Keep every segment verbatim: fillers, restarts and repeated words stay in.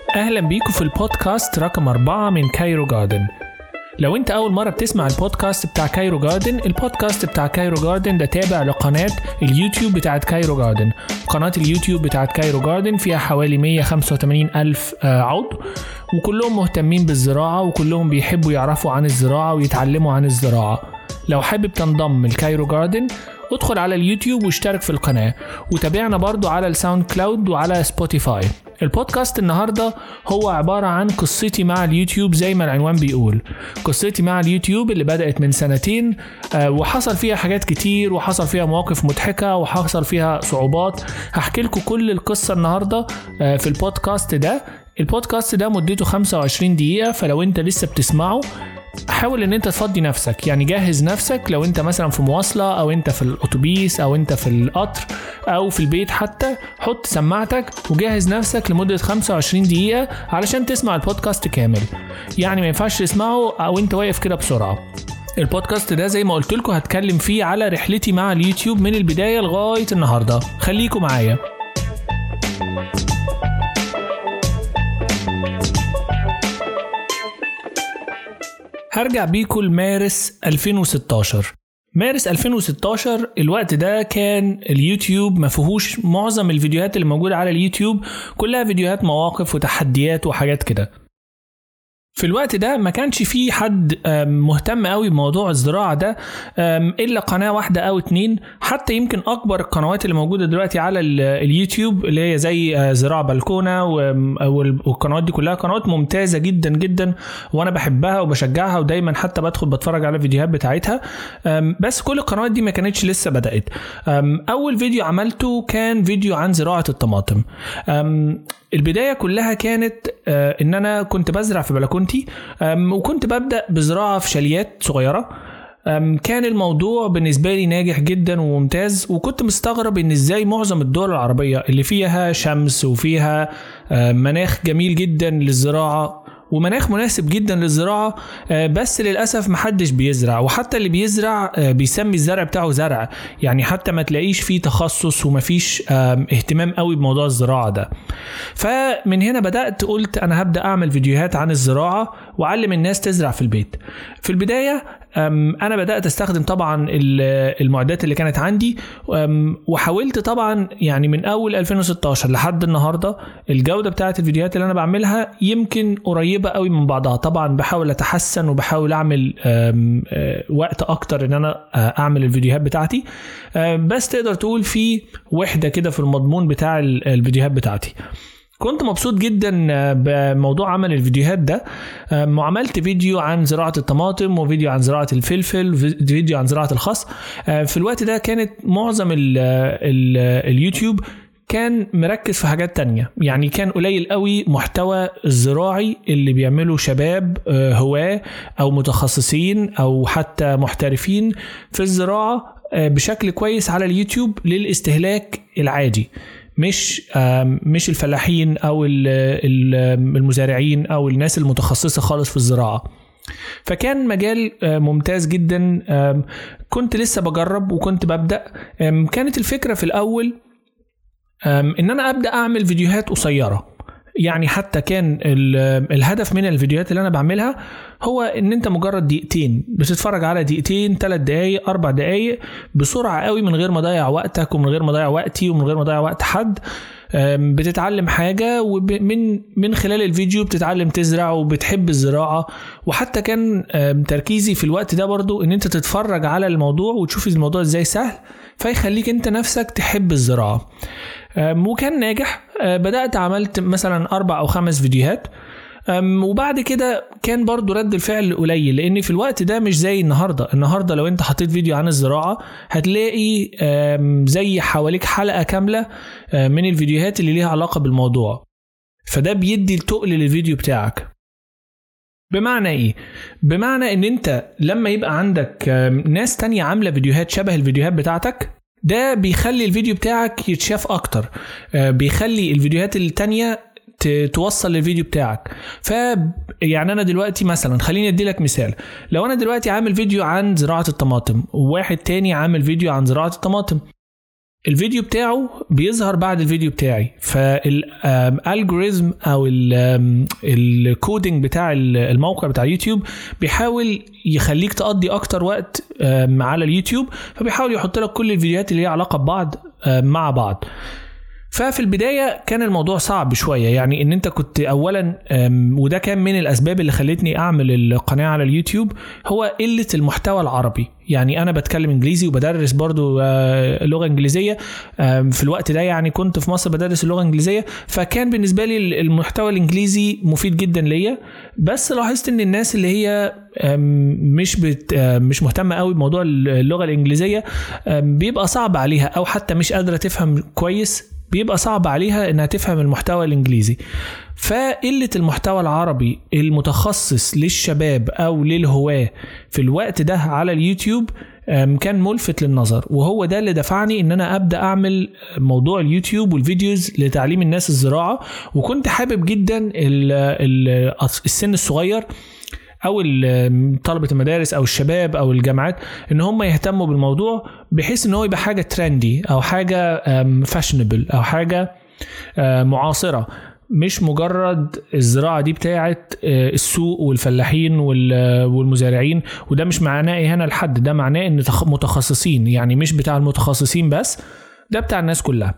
أهلا بيكم في البودكاست رقم أربعة من كايرو جاردن. لو انت أول مرة بتسمع البودكاست بتاع كايرو جاردن، البودكاست بتاع كايرو جاردن ده تابع لقناة اليوتيوب بتاعت كايرو جاردن. قناة اليوتيوب بتاعت كايرو جاردن فيها حوالي مية وخمسة وثمانين ألف عضو، وكلهم مهتمين بالزراعة وكلهم بيحبوا يعرفوا عن الزراعة ويتعلموا عن الزراعة. لو حابب تنضم لكايرو جاردن ادخل على اليوتيوب واشترك في القناة، وتابعنا برضو على الساوند كلاود وعلى سبوتيفاي. البودكاست النهاردة هو عبارة عن قصتي مع اليوتيوب زي ما العنوان بيقول، قصتي مع اليوتيوب اللي بدأت من سنتين آه وحصل فيها حاجات كتير، وحصل فيها مواقف مضحكة، وحصل فيها صعوبات. هحكي لكم كل القصة النهاردة آه في البودكاست ده. البودكاست ده مدته خمسة وعشرين دقيقة، فلو انت لسه بتسمعه حاول ان انت تفضي نفسك، يعني جهز نفسك. لو انت مثلا في مواصلة او انت في الاتوبيس او انت في القطر او في البيت حتى، حط سماعتك وجهز نفسك لمدة خمسة وعشرين دقيقة علشان تسمع البودكاست كامل. يعني ما ينفعش تسمعه او انت واقف كده بسرعة. البودكاست ده زي ما قلت لكم هتكلم فيه على رحلتي مع اليوتيوب من البداية لغاية النهاردة. خليكم معايا. هرجع بيكم لمارس ألفين وستاشر. مارس ألفين وستاشر الوقت ده كان اليوتيوب ما فيهوش معظم الفيديوهات اللي موجودة على اليوتيوب، كلها فيديوهات مواقف وتحديات وحاجات كده. في الوقت ده ما كانش فيه حد مهتم قوي بموضوع الزراعة ده إلا قناة واحدة أو اتنين، حتى يمكن أكبر القنوات اللي موجودة دلوقتي على اليوتيوب اللي هي زي زراعة بلكونة، والقنوات دي كلها قنوات ممتازة جدا جدا وأنا بحبها وبشجعها، ودايما حتى بدخل بتفرج على فيديوهات بتاعتها. بس كل القنوات دي ما كانتش لسه بدأت. أول فيديو عملته كان فيديو عن زراعة الطماطم. البداية كلها كانت ان انا كنت بزرع في بلكونتي، وكنت ببدأ بزراعة في شاليات صغيرة. كان الموضوع بالنسبة لي ناجح جدا وممتاز، وكنت مستغرب ان ازاي معظم الدول العربية اللي فيها شمس وفيها مناخ جميل جدا للزراعة ومناخ مناسب جدا للزراعة، بس للأسف محدش بيزرع، وحتى اللي بيزرع بيسمي الزرع بتاعه زرع، يعني حتى ما تلاقيش فيه تخصص ومفيش اهتمام قوي بموضوع الزراعة ده. فمن هنا بدأت قلت أنا هبدأ أعمل فيديوهات عن الزراعة وأعلم الناس تزرع في البيت. في البداية أنا بدأت أستخدم طبعا المعدات اللي كانت عندي، وحاولت طبعا يعني من أول ألفين وستاشر لحد النهاردة الجودة بتاعت الفيديوهات اللي أنا بعملها يمكن قريبة قوي من بعضها. طبعا بحاول أتحسن وبحاول أعمل وقت أكتر إن أنا أعمل الفيديوهات بتاعتي، بس تقدر تقول في وحدة كده في المضمون بتاع الفيديوهات بتاعتي. كنت مبسوط جدا بموضوع عمل الفيديوهات ده. وعملت فيديو عن زراعة الطماطم، وفيديو عن زراعة الفلفل، وفيديو عن زراعة الخس. في الوقت ده كانت معظم ال ال اليوتيوب كان مركز في حاجات تانية، يعني كان قليل قوي محتوى الزراعي اللي بيعملوا شباب هواة أو متخصصين أو حتى محترفين في الزراعة بشكل كويس على اليوتيوب للاستهلاك العادي، مش مش الفلاحين أو المزارعين أو الناس المتخصصة خالص في الزراعة. فكان مجال ممتاز جدا. كنت لسه بجرب وكنت ببدأ. كانت الفكرة في الأول ان انا ابدا اعمل فيديوهات قصيره، يعني حتى كان الهدف من الفيديوهات اللي انا بعملها هو ان انت مجرد دقيقتين بتتفرج على دقيقتين ثلاث دقايق اربع دقايق بسرعه قوي، من غير ما اضيع وقتك ومن غير ما اضيع وقتي ومن غير ما اضيع وقت حد. بتتعلم حاجه، ومن من خلال الفيديو بتتعلم تزرع وبتحب الزراعه. وحتى كان تركيزي في الوقت ده برضو ان انت تتفرج على الموضوع وتشوف الموضوع ازاي سهل، فيخليك انت نفسك تحب الزراعه. وكان ناجح. بدأت عملت مثلا أربع أو خمس فيديوهات، وبعد كده كان برضو رد الفعل قليل، لأن في الوقت ده مش زي النهاردة. النهاردة لو انت حطيت فيديو عن الزراعة هتلاقي زي حواليك حلقة كاملة من الفيديوهات اللي ليها علاقة بالموضوع، فده بيدي التقل للفيديو بتاعك. بمعنى ايه؟ بمعنى ان انت لما يبقى عندك ناس تانية عاملة فيديوهات شبه الفيديوهات بتاعتك، ده بيخلي الفيديو بتاعك يتشاف اكتر، بيخلي الفيديوهات التانية توصل للفيديو بتاعك. ف يعني انا دلوقتي مثلا خليني ادي لك مثال، لو انا دلوقتي عامل فيديو عن زراعة الطماطم وواحد تاني عامل فيديو عن زراعة الطماطم، الفيديو بتاعه بيظهر بعد الفيديو بتاعي، فالالجوريزم او الكودينج بتاع الموقع بتاع اليوتيوب بيحاول يخليك تقضي اكتر وقت على اليوتيوب، فبيحاول يحط لك كل الفيديوهات اللي ليها علاقه ببعض مع بعض. ففي البداية كان الموضوع صعب شوية، يعني ان انت كنت اولا، وده كان من الاسباب اللي خلتني اعمل القناة على اليوتيوب، هو قلة المحتوى العربي. يعني انا بتكلم انجليزي وبدرس برضو لغة انجليزية في الوقت ده، يعني كنت في مصر بدرس اللغة الانجليزية، فكان بالنسبة لي المحتوى الانجليزي مفيد جدا ليا. بس لاحظت ان الناس اللي هي مش بت مش مهتمة قوي بموضوع اللغة الانجليزية بيبقى صعب عليها، او حتى مش قادرة تفهم كويس، بيبقى صعب عليها انها تفهم المحتوى الانجليزي. فقلة المحتوى العربي المتخصص للشباب او للهواة في الوقت ده على اليوتيوب كان ملفت للنظر، وهو ده اللي دفعني ان انا ابدأ اعمل موضوع اليوتيوب والفيديوز لتعليم الناس الزراعة. وكنت حابب جدا السن الصغير او طلبة المدارس او الشباب او الجامعات ان هم يهتموا بالموضوع، بحيث ان هو يبقى حاجة ترندي او حاجة فاشنبل او حاجة معاصرة، مش مجرد الزراعة دي بتاعت السوق والفلاحين والمزارعين. وده مش معناه هنا لحد، ده معناه ان متخصصين، يعني مش بتاع المتخصصين بس، ده بتاع الناس كلها.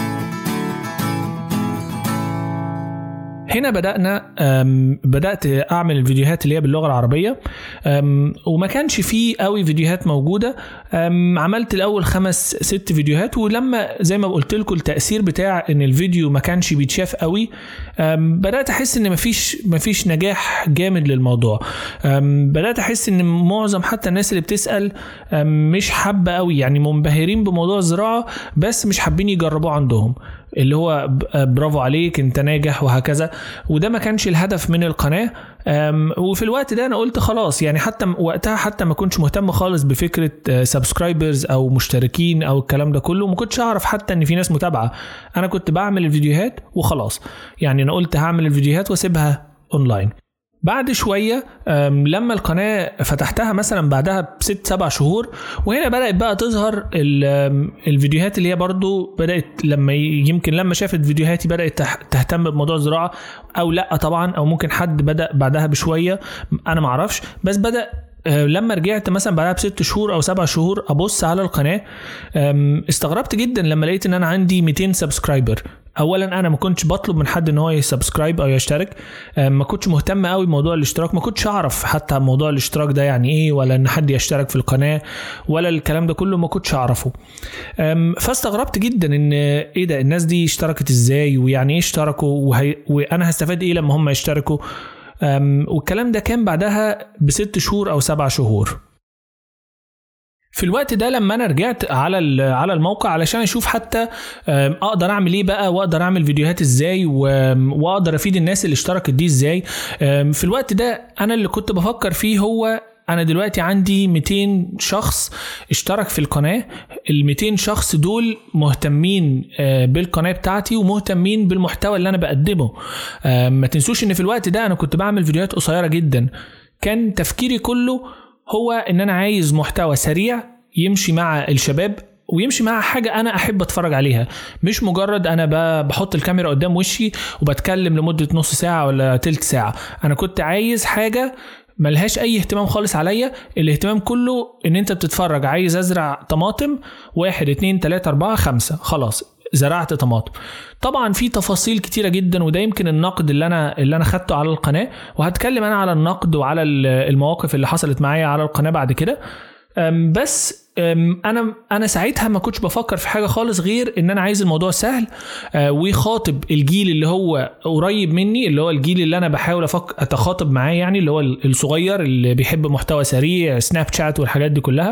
هنا بدأنا بدأت أعمل الفيديوهات اللي هي باللغة العربية، وما كانش فيه قوي فيديوهات موجودة. عملت الأول خمس ست فيديوهات، ولما زي ما قلت لكم التأثير بتاع إن الفيديو ما كانش بيتشاف قوي، بدأت أحس إن مفيش مفيش نجاح جامد للموضوع. بدأت أحس إن معظم حتى الناس اللي بتسأل مش حابة قوي، يعني منبهرين بموضوع الزراعة بس مش حابين يجربوه عندهم، اللي هو برافو عليك انت ناجح وهكذا. وده ما كانش الهدف من القناة. وفي الوقت ده انا قلت خلاص، يعني حتى وقتها حتى ما كنتش مهتم خالص بفكرة سبسكرايبرز او مشتركين او الكلام ده كله، ما كنتش اعرف حتى ان في ناس متابعة. انا كنت بعمل الفيديوهات وخلاص، يعني انا قلت هعمل الفيديوهات واسيبها اونلاين. بعد شوية لما القناة فتحتها مثلا بعدها بست سبع شهور، وهنا بدأت بقى تظهر الفيديوهات اللي هي برضو بدأت، لما يمكن لما شافت فيديوهاتي بدأت تهتم بموضوع الزراعة او لا طبعا، او ممكن حد بدأ بعدها بشوية، انا معرفش. بس بدأ لما رجعت مثلا بعدها بست شهور او سبع شهور ابص على القناة، استغربت جدا لما لقيت ان انا عندي مئتين سبسكرايبر. اولا انا ما كنتش بطلب من حد ان هو يسبسكرايب او يشترك، ما كنتش مهتم قوي بموضوع الاشتراك، ما كنتش اعرف حتى موضوع الاشتراك ده يعني ايه، ولا ان حد يشترك في القناة، ولا الكلام ده كله ما كنتش اعرفه. فاستغربت جدا ان ايه ده، الناس دي اشتركت ازاي، ويعني ايه اشتركوا، وهي... وانا هستفاد ايه لما هم يشتركوا. والكلام ده كان بعدها بست شهور او سبع شهور. في الوقت ده لما انا رجعت على على الموقع علشان اشوف حتى اقدر اعمل ايه بقى، واقدر اعمل فيديوهات ازاي، واقدر افيد الناس اللي اشتركت دي ازاي. في الوقت ده انا اللي كنت بفكر فيه هو انا دلوقتي عندي مئتين شخص اشترك في القناة. ال مئتين شخص دول مهتمين بالقناة بتاعتي ومهتمين بالمحتوى اللي انا بقدمه. ما تنسوش ان في الوقت ده انا كنت بعمل فيديوهات قصيرة جدا. كان تفكيري كله هو ان انا عايز محتوى سريع يمشي مع الشباب ويمشي مع حاجة انا احب اتفرج عليها، مش مجرد انا بحط الكاميرا قدام وشي وبتكلم لمدة نص ساعة ولا تلت ساعة. انا كنت عايز حاجة ملهاش اي اهتمام خالص عليا، الاهتمام كله ان انت بتتفرج. عايز ازرع طماطم، واحد اتنين تلاتة اربعة خمسة، خلاص زرعت طماطم. طبعا في تفاصيل كتيرة جدا، وده يمكن النقد اللي انا اللي انا خدته على القناة، وهتكلم انا على النقد وعلى المواقف اللي حصلت معايا على القناة بعد كده. بس انا انا ساعتها ما كنتش بفكر في حاجه خالص غير ان انا عايز الموضوع سهل ويخاطب الجيل اللي هو قريب مني، اللي هو الجيل اللي انا بحاول افكر اتخاطب معاه، يعني اللي هو الصغير اللي بيحب محتوى سريع، سناب شات والحاجات دي كلها.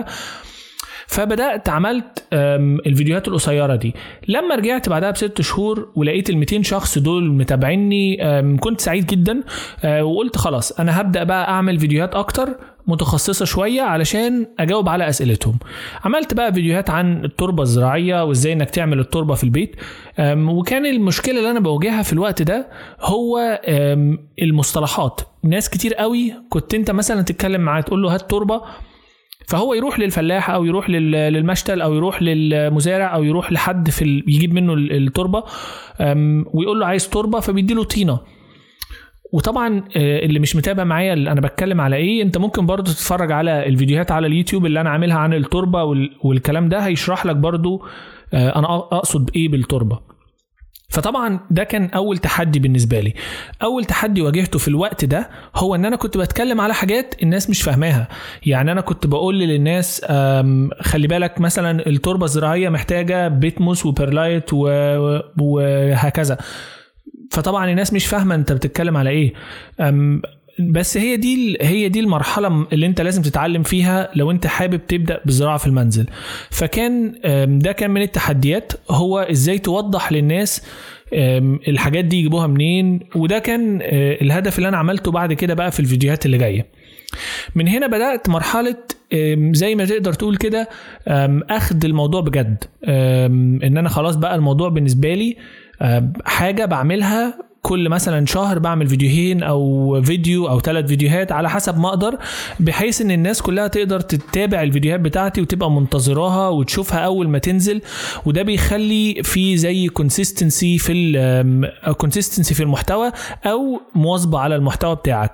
فبدأت عملت الفيديوهات القصيرة دي. لما رجعت بعدها بست شهور ولقيت المئتين شخص دول متابعيني، كنت سعيد جدا، وقلت خلاص أنا هبدأ بقى أعمل فيديوهات أكتر متخصصة شوية علشان أجاوب على أسئلتهم. عملت بقى فيديوهات عن التربة الزراعية وإزاي إنك تعمل التربة في البيت. وكان المشكلة اللي أنا بواجهها في الوقت ده هو المصطلحات. ناس كتير قوي كنت أنت مثلا تتكلم معاه تقول له هات تربة، فهو يروح للفلاح او يروح للمشتل او يروح للمزارع او يروح لحد في ال... يجيب منه التربه ويقول له عايز تربه، فبيديله طينه. وطبعا اللي مش متابع معايا اللي انا بتكلم على ايه، انت ممكن برضو تتفرج على الفيديوهات على اليوتيوب اللي انا عاملها عن التربه والكلام ده، هيشرح لك برضو انا اقصد ايه بالتربه. فطبعا ده كان اول تحدي بالنسبه لي. اول تحدي واجهته في الوقت ده هو ان انا كنت بتكلم على حاجات الناس مش فاهماها. يعني انا كنت بقول للناس خلي بالك مثلا التربه الزراعيه محتاجه بيتموس وبرلايت وهكذا، فطبعا الناس مش فاهمه انت بتتكلم على ايه. بس هي دي هي دي المرحله اللي انت لازم تتعلم فيها لو انت حابب تبدا بالزراعه في المنزل. فكان ده كان من التحديات، هو ازاي توضح للناس الحاجات دي يجيبوها منين. وده كان الهدف اللي انا عملته بعد كده بقى في الفيديوهات اللي جايه. من هنا بدات مرحله زي ما تقدر تقول كده اخد الموضوع بجد، ان انا خلاص بقى الموضوع بالنسبه لي حاجه بعملها كل مثلا شهر، بعمل فيديوهين او فيديو او ثلاث فيديوهات على حسب ما اقدر، بحيث ان الناس كلها تقدر تتابع الفيديوهات بتاعتي وتبقى منتظراها وتشوفها اول ما تنزل. وده بيخلي في زي كونسيستنسي في الكونسيستنسي في المحتوى او مواظبة على المحتوى بتاعك.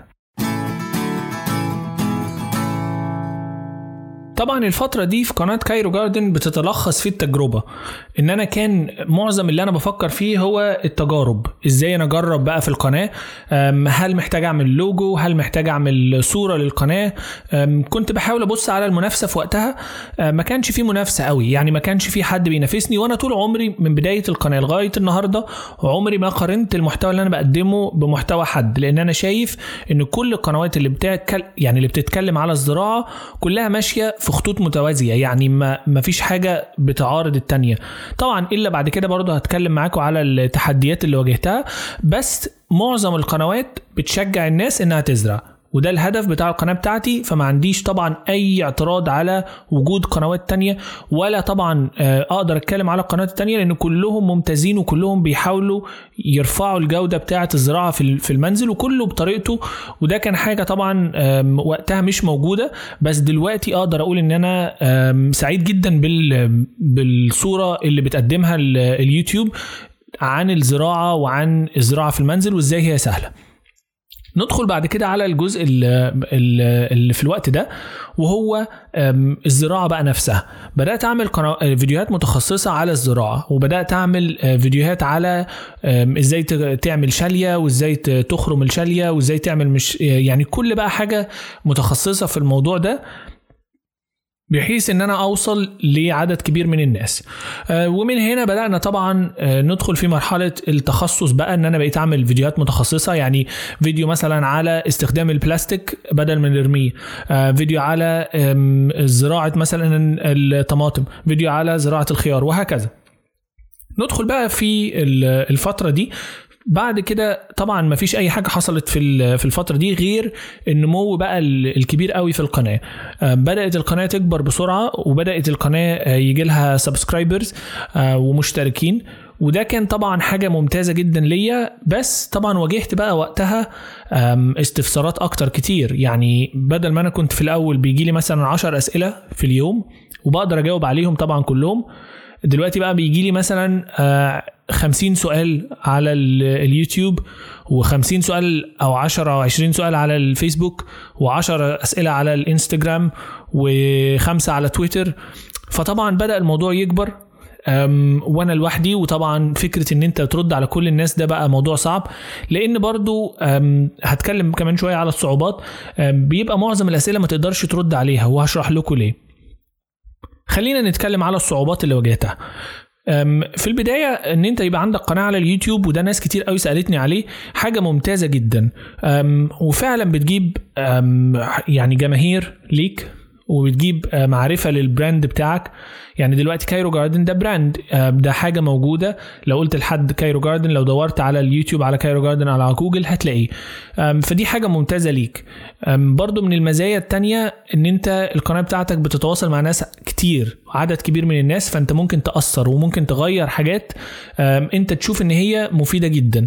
طبعا الفترة دي في قناة كايرو جاردن بتتلخص في التجربة، ان انا كان معظم اللي انا بفكر فيه هو التجارب. ازاي انا اجرب بقى في القناة، هل محتاج اعمل لوجو، هل محتاج اعمل صورة للقناة. كنت بحاول ابص على المنافسة في وقتها، ما كانش فيه منافسة قوي، يعني ما كانش فيه حد بينافسني. وانا طول عمري من بداية القناة لغاية النهاردة عمري ما قارنت المحتوى اللي انا بقدمه بمحتوى حد، لان انا شايف ان كل القنوات اللي بتتكلم يعني اللي بتتكلم على الزراعة كلها ماشية في خطوط متوازية، يعني ما ما فيش حاجة بتعارض التانية طبعا. إلا بعد كده برضه هتكلم معاكم على التحديات اللي واجهتها، بس معظم القنوات بتشجع الناس إنها تزرع، وده الهدف بتاع القناة بتاعتي. فما عنديش طبعا أي اعتراض على وجود قنوات تانية، ولا طبعا أقدر أتكلم على القنوات التانية، لأن كلهم ممتازين وكلهم بيحاولوا يرفعوا الجودة بتاعة الزراعة في المنزل وكله بطريقته. وده كان حاجة طبعا وقتها مش موجودة، بس دلوقتي أقدر أقول إن أنا سعيد جدا بالصورة اللي بتقدمها اليوتيوب عن الزراعة وعن الزراعة في المنزل وإزاي هي سهلة. ندخل بعد كده على الجزء اللي في الوقت ده، وهو الزراعة بقى نفسها. بدأت أعمل فيديوهات متخصصة على الزراعة، وبدأت أعمل فيديوهات على إزاي تعمل شالية وإزاي تخرم الشالية وإزاي تعمل مش يعني كل بقى حاجة متخصصة في الموضوع ده، بحيث ان انا اوصل لعدد كبير من الناس. ومن هنا بدأنا طبعا ندخل في مرحلة التخصص بقى، ان انا بقيت اعمل فيديوهات متخصصة، يعني فيديو مثلا على استخدام البلاستيك بدل من نرميه، فيديو على زراعة مثلا الطماطم، فيديو على زراعة الخيار، وهكذا. ندخل بقى في الفترة دي. بعد كده طبعا ما فيش اي حاجه حصلت في في الفتره دي غير النمو بقى الكبير قوي في القناه. بدات القناه تكبر بسرعه، وبدات القناه يجي لها سبسكرايبرز ومشتركين، وده كان طبعا حاجه ممتازه جدا ليا. بس طبعا واجهت بقى وقتها استفسارات اكتر كتير، يعني بدل ما انا كنت في الاول بيجي لي مثلا عشر اسئله في اليوم وبقدر اجاوب عليهم طبعا كلهم، دلوقتي بقى بيجي لي مثلا خمسين سؤال على اليوتيوب، وخمسين سؤال او عشرة او عشرين سؤال على الفيسبوك، وعشر اسئلة على الانستجرام، وخمسة على تويتر. فطبعا بدأ الموضوع يكبر وانا لوحدي، وطبعا فكرة ان انت ترد على كل الناس ده بقى موضوع صعب، لان برضو هتكلم كمان شوية على الصعوبات. بيبقى معظم الاسئلة ما تقدرش ترد عليها، وهشرح لكم ليه. خلينا نتكلم على الصعوبات اللي واجهتها. في البداية ان انت يبقى عندك قناة على اليوتيوب، وده ناس كتير قوي سألتني عليه، حاجة ممتازة جدا وفعلا بتجيب يعني جماهير ليك، وبتجيب معرفة للبراند بتاعك. يعني دلوقتي كايرو جاردن ده براند، ده حاجة موجودة. لو قلت لحد كايرو جاردن، لو دورت على اليوتيوب على كايرو جاردن على جوجل هتلاقيه. فدي حاجة ممتازة ليك. برضو من المزايا التانية ان انت القناة بتاعتك بتتواصل مع ناس كتير، عدد كبير من الناس، فانت ممكن تأثر وممكن تغير حاجات انت تشوف ان هي مفيدة جدا.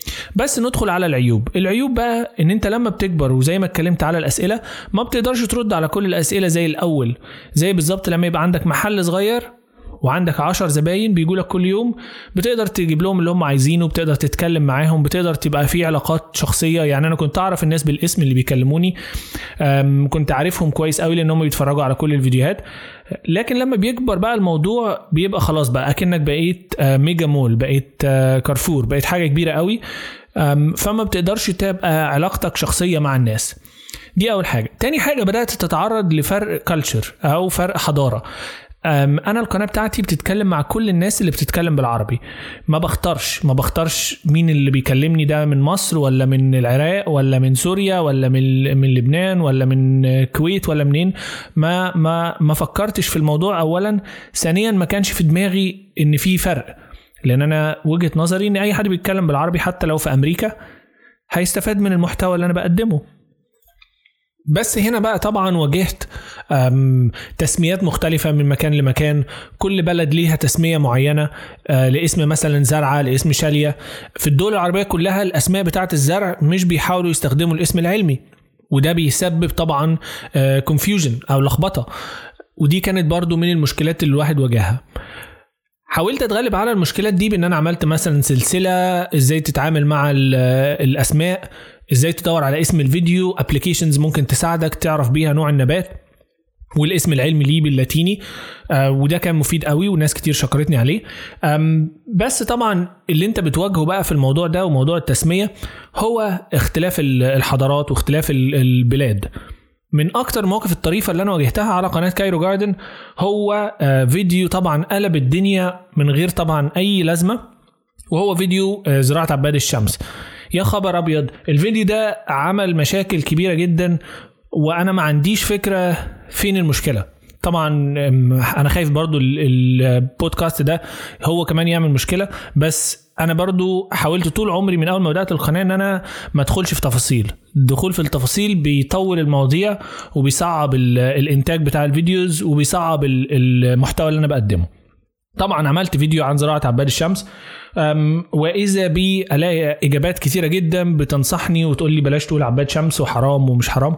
بس ندخل على العيوب. العيوب بقى ان انت لما بتكبر وزي ما اتكلمت على الاسئله ما بتقدرش ترد على كل الاسئله زي الاول. زي بالظبط لما يبقى عندك محل صغير وعندك عشر زباين بيجولك كل يوم، بتقدر تجيب لهم اللي هم عايزينه، بتقدر تتكلم معاهم، بتقدر تبقى في علاقات شخصيه. يعني انا كنت اعرف الناس بالاسم اللي بيكلموني، كنت عارفهم كويس قوي لانهم بيتفرجوا على كل الفيديوهات. لكن لما بيكبر بقى الموضوع بيبقى خلاص بقى اكنك بقيت ميجا مول، بقيت كارفور، بقيت حاجه كبيره قوي، فما بتقدرش تبقى علاقتك شخصيه مع الناس. دي اول حاجه. تاني حاجه بدات تتعرض لفرق كلتشر او فرق حضاره. انا القناه بتاعتي بتتكلم مع كل الناس اللي بتتكلم بالعربي، ما بختارش ما بختارش مين اللي بيكلمني، ده من مصر ولا من العراق ولا من سوريا ولا من من لبنان ولا من الكويت ولا منين. ما ما ما فكرتش في الموضوع اولا. ثانيا ما كانش في دماغي ان في فرق، لان انا وجهة نظري ان اي حد بيتكلم بالعربي حتى لو في امريكا هيستفاد من المحتوى اللي انا بقدمه. بس هنا بقى طبعا واجهت تسميات مختلفة من مكان لمكان، كل بلد ليها تسمية معينة لاسم مثلا زرعة، لاسم شالية. في الدول العربية كلها الأسماء بتاعت الزرع مش بيحاولوا يستخدموا الاسم العلمي، وده بيسبب طبعا confusion أو لخبطة، ودي كانت برضو من المشكلات اللي الواحد واجهها. حاولت اتغلب على المشكلات دي بان انا عملت مثلا سلسلة ازاي تتعامل مع الاسماء، ازاي تدور على اسم الفيديو، ابليكيشنز ممكن تساعدك تعرف بيها نوع النبات والاسم العلمي ليه باللاتيني. آه وده كان مفيد قوي وناس كتير شكرتني عليه. بس طبعا اللي انت بتواجهه بقى في الموضوع ده وموضوع التسمية هو اختلاف الحضارات واختلاف البلاد. من اكتر مواقف الطريفة اللي انا واجهتها على قناة كايرو جاردن هو آه فيديو طبعا قلب الدنيا من غير طبعا اي لازمة، وهو فيديو آه زراعة عباد الشمس. يا خبر ابيض، الفيديو ده عمل مشاكل كبيرة جدا وانا ما عنديش فكرة فين المشكلة. طبعا انا خايف برضو البودكاست ده هو كمان يعمل مشكلة، بس انا برضو حاولت طول عمري من اول ما بدأت القناة ان انا ما ادخلش في تفاصيل. الدخول في التفاصيل بيطول المواضيع وبيصعب الانتاج بتاع الفيديوز وبيصعب المحتوى اللي انا بقدمه. طبعا عملت فيديو عن زراعة عباد الشمس، وإذا بي ألاقي إجابات كثيرة جدا بتنصحني وتقول لي بلاش تقول عباد شمس وحرام ومش حرام.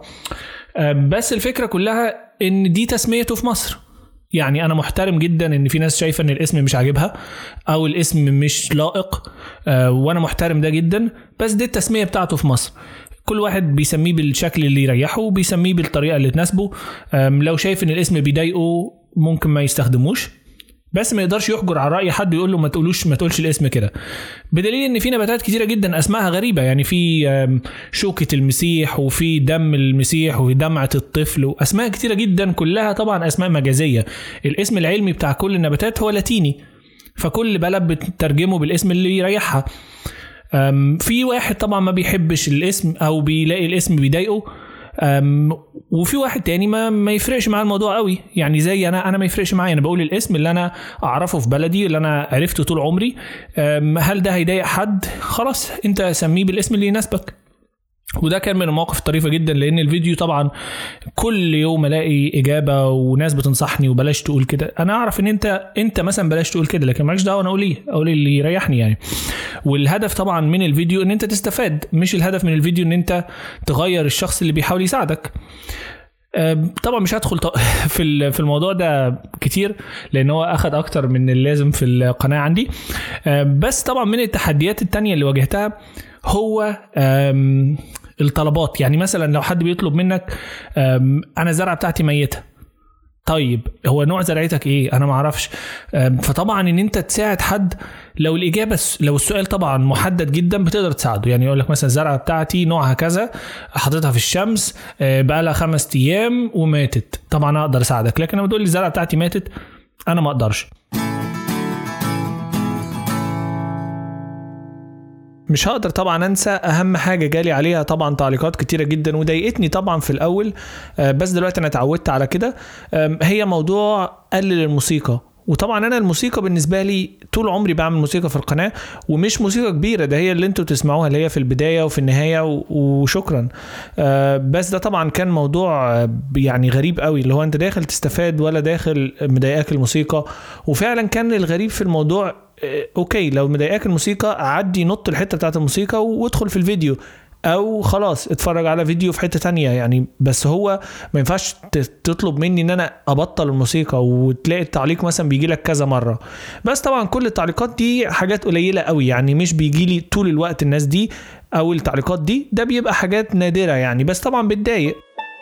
بس الفكرة كلها إن دي تسميته في مصر. يعني أنا محترم جدا إن في ناس شايفة إن الاسم مش عاجبها أو الاسم مش لائق، وأنا محترم ده جدا، بس دي التسمية بتاعته في مصر. كل واحد بيسميه بالشكل اللي يريحه وبيسميه بالطريقة اللي تناسبه. لو شايف إن الاسم بيضايقه ممكن ما يستخدموش، بس ما يقدرش يحجر على رأي حد يقول له ما تقولوش ما تقولش الاسم كده. بدليل ان في نباتات كتيرة جدا اسمائها غريبة، يعني في شوكة المسيح وفي دم المسيح وفي دمعة الطفل واسماء كتيرة جدا كلها طبعا اسماء مجازية. الاسم العلمي بتاع كل النباتات هو لاتيني، فكل بلد بتترجمه بالاسم اللي يريحها. في واحد طبعا ما بيحبش الاسم او بيلاقي الاسم بيضايقه، وفي واحد تاني ما ما يفرقش مع الموضوع قوي. يعني زي انا انا ما يفرقش معايا، انا بقول الاسم اللي انا اعرفه في بلدي اللي انا عرفته طول عمري. هل ده هيضايق حد؟ خلاص انت سميه بالاسم اللي يناسبك. وده كان من المواقف الطريفة جدا، لان الفيديو طبعا كل يوم الاقي اجابة وناس بتنصحني وبلاش تقول كده. انا اعرف ان انت انت مثلا بلاش تقول كده، لكن مالكش دعوه انا اقول ايه، اقول اللي يريحني يعني. والهدف طبعا من الفيديو ان انت تستفاد، مش الهدف من الفيديو ان انت تغير الشخص اللي بيحاول يساعدك. طبعا مش هدخل في في الموضوع ده كتير لان هو اخد اكتر من اللازم في القناة عندي. بس طبعا من التحديات التانية اللي واجهتها هو الطلبات. يعني مثلا لو حد بيطلب منك انا الزرعة بتاعتي ميتة، طيب هو نوع زرعتك ايه؟ انا ما اعرفش. فطبعا ان انت تساعد حد لو الاجابه لو السؤال طبعا محدد جدا بتقدر تساعده. يعني يقول لك مثلا الزرعه بتاعتي نوعها كذا، حطيتها في الشمس بقى لها خمس ايام وماتت، طبعا اقدر اساعدك. لكن لما تقول لي الزرعه بتاعتي ماتت انا ما اقدرش. مش هقدر طبعا انسى اهم حاجه جالي عليها طبعا تعليقات كتيره جدا وضايقتني طبعا في الاول، بس دلوقتي انا اتعودت على كده. هي موضوع قلل الموسيقى. وطبعا انا الموسيقى بالنسبه لي طول عمري بعمل موسيقى في القناه، ومش موسيقى كبيره، ده هي اللي انتوا تسمعوها اللي هي في البدايه وفي النهايه وشكرا. بس ده طبعا كان موضوع يعني غريب قوي، اللي هو انت داخل تستفاد ولا داخل مضايقاك الموسيقى. وفعلا كان الغريب في الموضوع اوكي لو مضايقاك الموسيقى عدي نط الحته بتاعت الموسيقى وادخل في الفيديو، او خلاص اتفرج على فيديو في حته تانية يعني. بس هو ما ينفعش تطلب مني ان انا ابطل الموسيقى وتلاقي التعليق مثلا بيجي لك كذا مره. بس طبعا كل التعليقات دي حاجات قليله قوي يعني، مش بيجي لي طول الوقت الناس دي او التعليقات دي، ده بيبقى حاجات نادره يعني، بس طبعا بتضايق.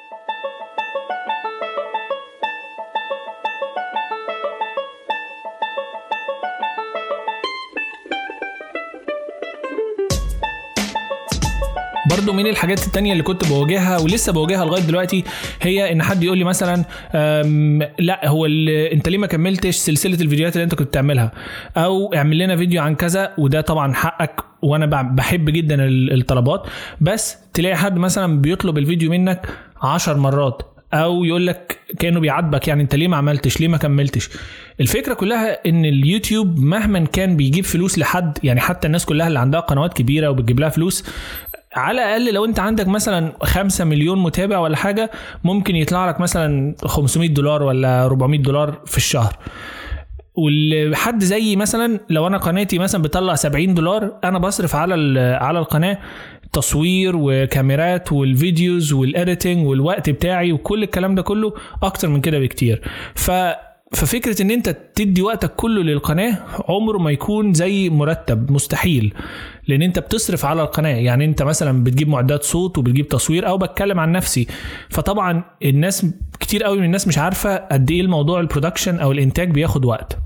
برضو من الحاجات التانية اللي كنت بواجهها ولسه بواجهها لغاية دلوقتي هي ان حد يقول لي مثلا لا هو انت ليه ما كملتش سلسلة الفيديوهات اللي انت كنت تعملها، او اعمل لنا فيديو عن كذا. وده طبعا حقك وانا بحب جدا الطلبات، بس تلاقي حد مثلا بيطلب الفيديو منك عشر مرات او يقول لك كأنه بيعاتبك يعني انت ليه ما عملتش ليه ما كملتش. الفكرة كلها ان اليوتيوب مهما كان بيجيب فلوس لحد يعني، حتى الناس كلها اللي عندها قنوات كبيرة وبتجيب لها فلوس، على الأقل لو أنت عندك مثلا خمسة مليون متابع ولا حاجة ممكن يطلع لك مثلا خمسمية دولار ولا أربعمية دولار في الشهر. والحد زي مثلا لو أنا قناتي مثلا بطلع سبعين دولار، أنا بصرف على على القناة تصوير وكاميرات والفيديوز والإديتنج والوقت بتاعي وكل الكلام ده كله أكتر من كده بكتير. ف ففكرة ان انت تدي وقتك كله للقناة عمره ما يكون زي مرتب، مستحيل، لان انت بتصرف على القناة. يعني انت مثلا بتجيب معدات صوت وبتجيب تصوير، او بتكلم عن نفسي، فطبعا الناس كتير قوي من الناس مش عارفة قد ايه الموضوع البرودكشن او الانتاج بياخد وقت.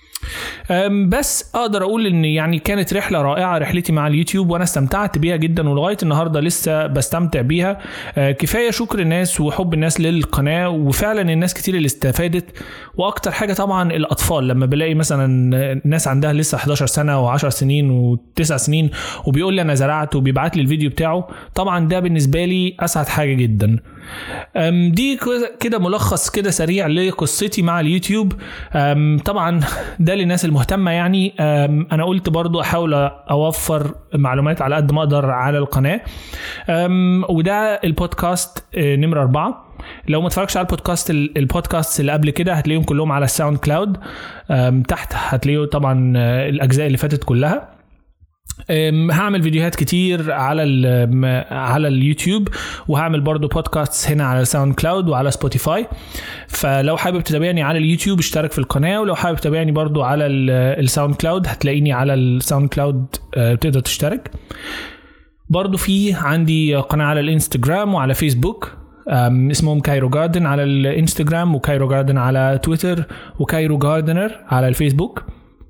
بس اقدر اقول ان يعني كانت رحله رائعه رحلتي مع اليوتيوب، وانا استمتعت بيها جدا ولغايه النهارده لسه بستمتع بيها. كفايه شكر الناس وحب الناس للقناه، وفعلا الناس كتير اللي استفادت. واكتر حاجه طبعا الاطفال، لما بلاقي مثلا ناس عندها لسه حداشر سنه وعشر سنين وتسع سنين وبيقول لي انا زرعت وبيبعت لي الفيديو بتاعه، طبعا ده بالنسبه لي اسعد حاجه جدا. دي كده ملخص كده سريع لقصتي مع اليوتيوب. طبعا ده للناس المهتمة يعني. أنا قلت برضو أحاول أوفر معلومات على قد ما أقدر على القناة. وده البودكاست نمرة أربعة. لو ما تفرجش على البودكاست البودكاست اللي قبل كده هتلاقيهم كلهم على الساوند كلاود، تحت هتلاقوا طبعا الأجزاء اللي فاتت كلها. هعمل فيديوهات كتير على على اليوتيوب، وهعمل برضو بودكاست هنا على ساوند كلاود وعلى سبوتيفاي. فلو حابب تتابعني على اليوتيوب اشترك في القناة، ولو حابب تتابعني برضو على الساوند كلاود هتلاقيني على الساوند كلاود، تقدر تشترك. برضو في عندي قناة على الانستجرام وعلى فيسبوك، اسمهم كايرو جاردن على الانستجرام، وكايرو جاردن على تويتر، وكايرو جاردنر على الفيسبوك.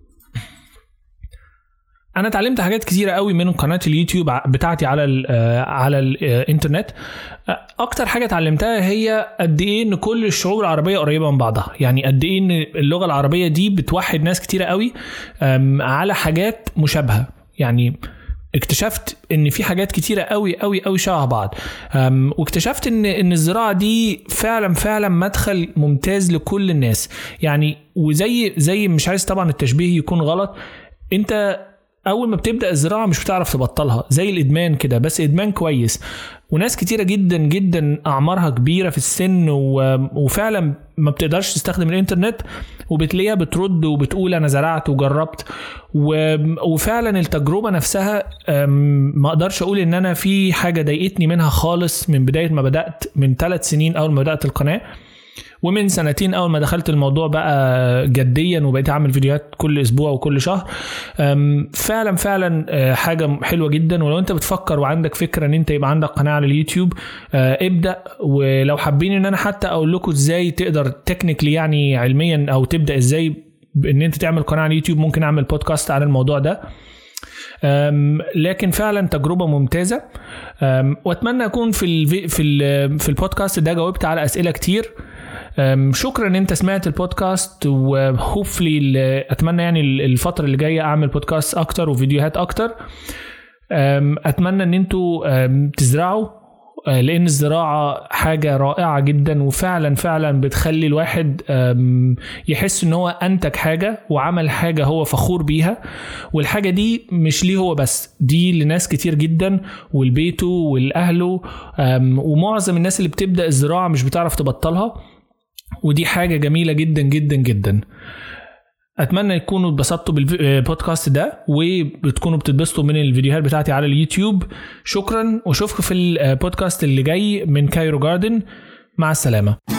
انا اتعلمت حاجات كتيره قوي من قناه اليوتيوب بتاعتي على ال على الانترنت. اكتر حاجه اتعلمتها هي قد ايه ان كل الشعوب العربيه قريبه من بعضها، يعني قد ايه ان اللغه العربيه دي بتوحد ناس كتيره قوي على حاجات مشابهه. يعني اكتشفت ان في حاجات كتيره قوي قوي قوي شبه بعض، واكتشفت ان ان الزراعه دي فعلا فعلا مدخل ممتاز لكل الناس يعني. وزي زي مش عايز طبعا التشبيه يكون غلط، انت اول ما بتبدا الزراعه مش بتعرف تبطلها، زي الادمان كده، بس ادمان كويس. وناس كتيره جدا جدا اعمارها كبيره في السن وفعلا ما بتقدرش تستخدم الانترنت، وبتلاقيها بترد وبتقول انا زرعت وجربت. وفعلا التجربه نفسها ما اقدرش اقول ان انا في حاجه ضايقتني منها خالص من بدايه ما بدات، من ثلاث سنين اول ما بدات القناه، ومن سنتين اول ما دخلت الموضوع بقى جديا وبقيت اعمل فيديوهات كل اسبوع وكل شهر. فعلا فعلا حاجه حلوه جدا. ولو انت بتفكر وعندك فكره ان انت يبقى عندك قناه على اليوتيوب، ابدا. ولو حابين ان انا حتى اقول لكم ازاي تقدر تكنيكلي يعني علميا، او تبدا ازاي ان انت تعمل قناه على اليوتيوب، ممكن اعمل بودكاست على الموضوع ده. لكن فعلا تجربه ممتازه، واتمنى اكون في ال في ال في البودكاست ده جاوبت على اسئله كتير. شكرا ان انت سمعت البودكاست، وهوفلي اتمنى يعني الفتره اللي جايه اعمل بودكاست اكتر وفيديوهات اكتر. اتمنى ان انتوا تزرعوا، لان الزراعه حاجه رائعه جدا، وفعلا فعلا بتخلي الواحد يحس ان هو انتج حاجه وعمل حاجه هو فخور بيها. والحاجه دي مش ليه هو بس، دي لناس كتير جدا، والبيته والاهله. ومعظم الناس اللي بتبدا الزراعه مش بتعرف تبطلها، ودي حاجة جميلة جدا جدا جدا. اتمنى يكونوا اتبسطتوا بالبودكاست ده وبتكونوا بتتبسطوا من الفيديوهات بتاعتي على اليوتيوب. شكرا واشوفكم في البودكاست اللي جاي من كايرو جاردن. مع السلامة.